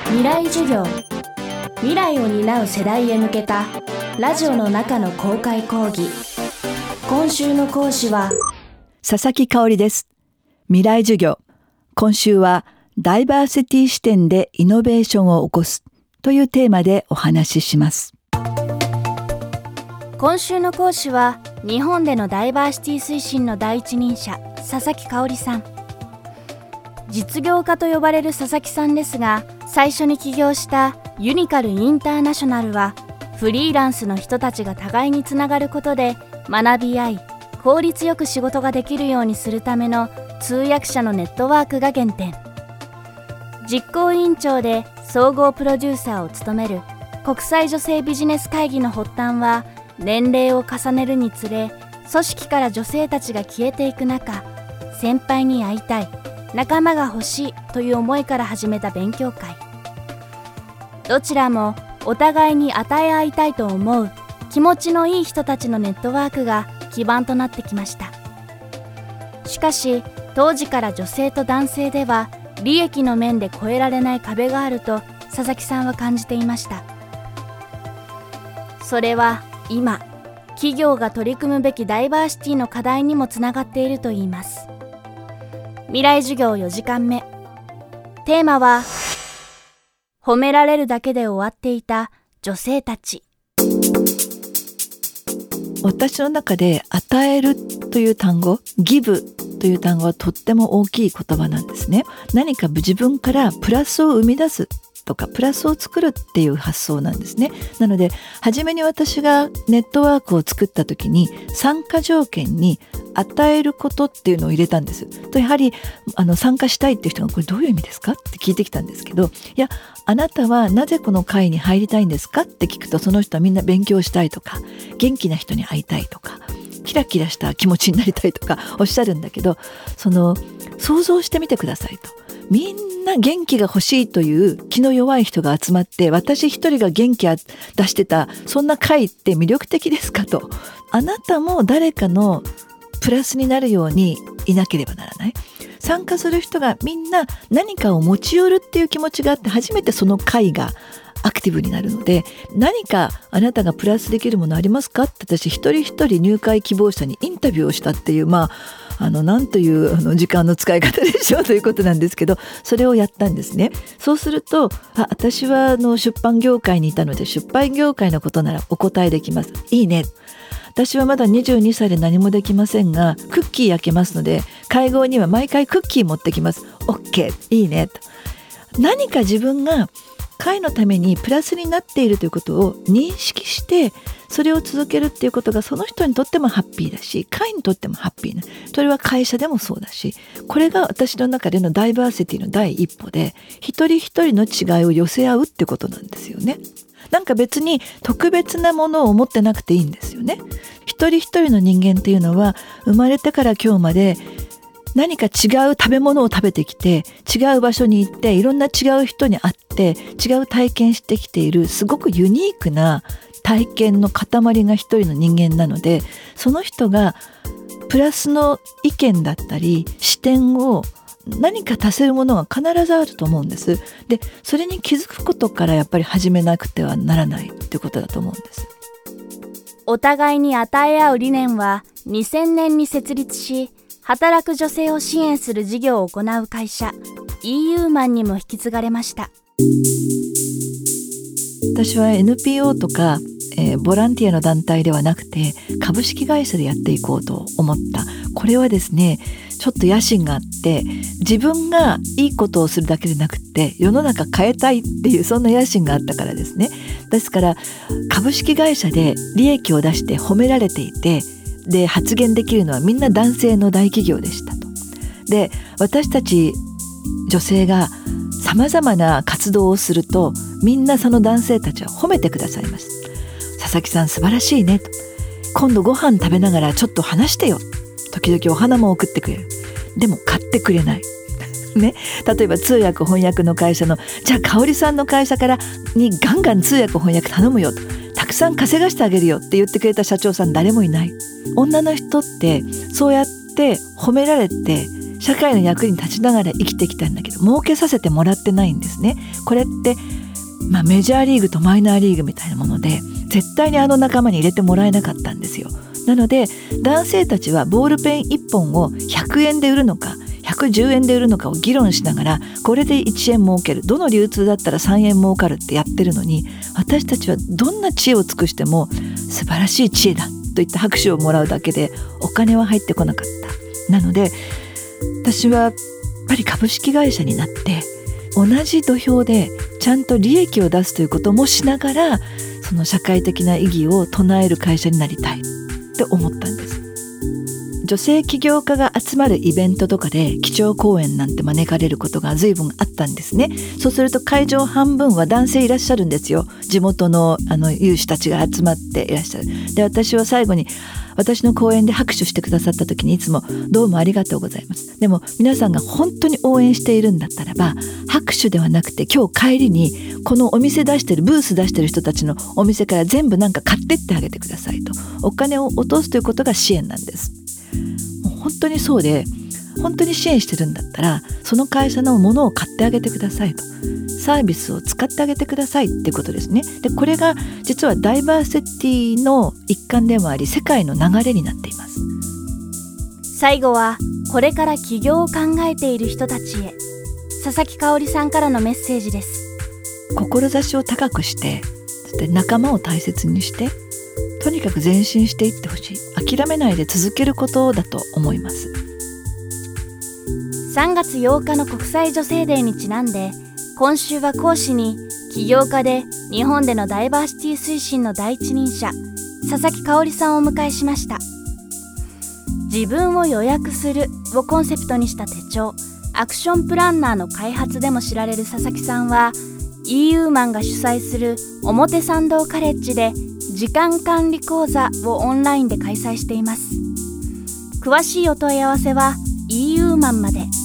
未来授業、未来を担う世代へ向けたラジオの中の公開講義。今週の講師は佐々木香織です。未来授業、今週はダイバーシティ視点でイノベーションを起こすというテーマでお話しします。 今週の講師は日本でのダイバーシティ推進の第一人者、佐々木香織さん。実業家と呼ばれる佐々木さんですが、最初に起業したユニカルインターナショナルはフリーランスの人たちが互いにつながることで学び合い、効率よく仕事ができるようにするための通訳者のネットワークが原点。実行委員長で総合プロデューサーを務める国際女性ビジネス会議の発端は、年齢を重ねるにつれ組織から女性たちが消えていく中、先輩に会いたい、仲間が欲しいという思いから始めた勉強会。どちらもお互いに与え合いたいと思う気持ちのいい人たちのネットワークが基盤となってきました。しかし当時から女性と男性では利益の面で越えられない壁があると佐々木さんは感じていました。それは今、企業が取り組むべきダイバーシティの課題にもつながっているといいます。未来授業4時間目。テーマは、褒められるだけで終わっていた女性たち。 私の中で与えるという単語、ギブという単語はとっても大きい言葉なんですね。何か自分からプラスを生み出すとかプラスを作るっていう発想なんですね。なので初めに私がネットワークを作った時に参加条件に与えることっていうのを入れたんです。とやはり参加したいっていう人がこれどういう意味ですかって聞いてきたんですけど、いやあなたはなぜこの会に入りたいんですかって聞くと、その人はみんな勉強したいとか元気な人に会いたいとかキラキラした気持ちになりたいとかおっしゃるんだけど、想像してみてくださいと。みんな元気が欲しいという気の弱い人が集まって私一人が元気出してたそんな会って魅力的ですかと。あなたも誰かのプラスになるようにいなければならない。参加する人がみんな何かを持ち寄るっていう気持ちがあって初めてその会がアクティブになるので、何かあなたがプラスできるものありますかって私一人一人入会希望者にインタビューをしたっていう、なんという時間の使い方でしょうということなんですけど、それをやったんですね。そうすると私は出版業界にいたので出版業界のことならお答えできます。いいね。私はまだ22歳で何もできませんがクッキー焼けますので会合には毎回クッキー持ってきます。 OK、 いいねと。何か自分が会のためにプラスになっているということを認識してそれを続けるっていうことがその人にとってもハッピーだし会にとってもハッピーな、それは会社でもそうだし、これが私の中でのダイバーシティの第一歩で一人一人の違いを寄せ合うってことなんですよね。なんか別に特別なものを持ってなくていいんですよね。一人一人の人間っていうのは生まれてから今日まで何か違う食べ物を食べてきて違う場所に行っていろんな違う人に会って違う体験してきているすごくユニークな体験の塊が一人の人間なので、その人がプラスの意見だったり視点を何か足せるものが必ずあると思うんです。でそれに気づくことからやっぱり始めなくてはならないってことだと思うんです。 お互いに与え合う理念は2000年に設立し、働く女性を支援する事業を行う会社 EU マンにも引き継がれました。 私は NPO とか、ボランティアの団体ではなくて株式会社でやっていこうと思った。これはですね、ちょっと野心があって自分がいいことをするだけでなくて世の中変えたいっていうそんな野心があったからですね。ですから株式会社で利益を出して褒められていて、で発言できるのはみんな男性の大企業でしたと。で私たち女性がさまざまな活動をするとみんなその男性たちは褒めてくださいます。佐々木さん素晴らしいねと、今度ご飯食べながらちょっと話してよ、時々お花も送ってくれる。でも買ってくれないね、例えば通訳翻訳の会社のじゃあ香織さんの会社からにガンガン通訳翻訳頼むよと、たくさん稼がしてあげるよって言ってくれた社長さん誰もいない。女の人ってそうやって褒められて社会の役に立ちながら生きてきたんだけど儲けさせてもらってないんですね。これって、メジャーリーグとマイナーリーグみたいなもので絶対に仲間に入れてもらえなかったんですよ。なので男性たちはボールペン1本を100円で売るのか110円で売るのかを議論しながら、これで1円儲ける、どの流通だったら3円儲かるってやってるのに、私たちはどんな知恵を尽くしても素晴らしい知恵だといった拍手をもらうだけでお金は入ってこなかった。なので私はやっぱり株式会社になって同じ土俵でちゃんと利益を出すということもしながら、その社会的な意義を唱える会社になりたいって思ったんです。女性起業家が集まるイベントとかで基調講演なんて招かれることが随分あったんですね。そうすると会場半分は男性いらっしゃるんですよ。地元の有志たちが集まっていらっしゃる。で、私は最後に私の講演で拍手してくださった時にいつもどうもありがとうございます。でも皆さんが本当に応援しているんだったらば、拍手ではなくて今日帰りにこのお店出してるブース出してる人たちのお店から全部なんか買ってってあげてくださいと。お金を落とすということが支援なんです。もう本当にそうで、本当に支援してるんだったらその会社のものを買ってあげてくださいと。サービスを使ってあげてくださいってことですね。で、これが実はダイバーシティの一環でもあり世界の流れになっています。 最後はこれから起業を考えている人たちへ、佐々木香織さんからのメッセージです。 志を高くして、そして仲間を大切にして、とにかく前進していってほしい。諦めないで続けることだと思います。 3月8日の国際女性デーにちなんで、今週は講師に起業家で日本でのダイバーシティ推進の第一人者佐々木香織さんをお迎えしました。自分を予約するをコンセプトにした手帳、アクションプランナーの開発でも知られる佐々木さんは EU マンが主催する表参道カレッジで時間管理講座をオンラインで開催しています。詳しいお問い合わせは EU マンまで。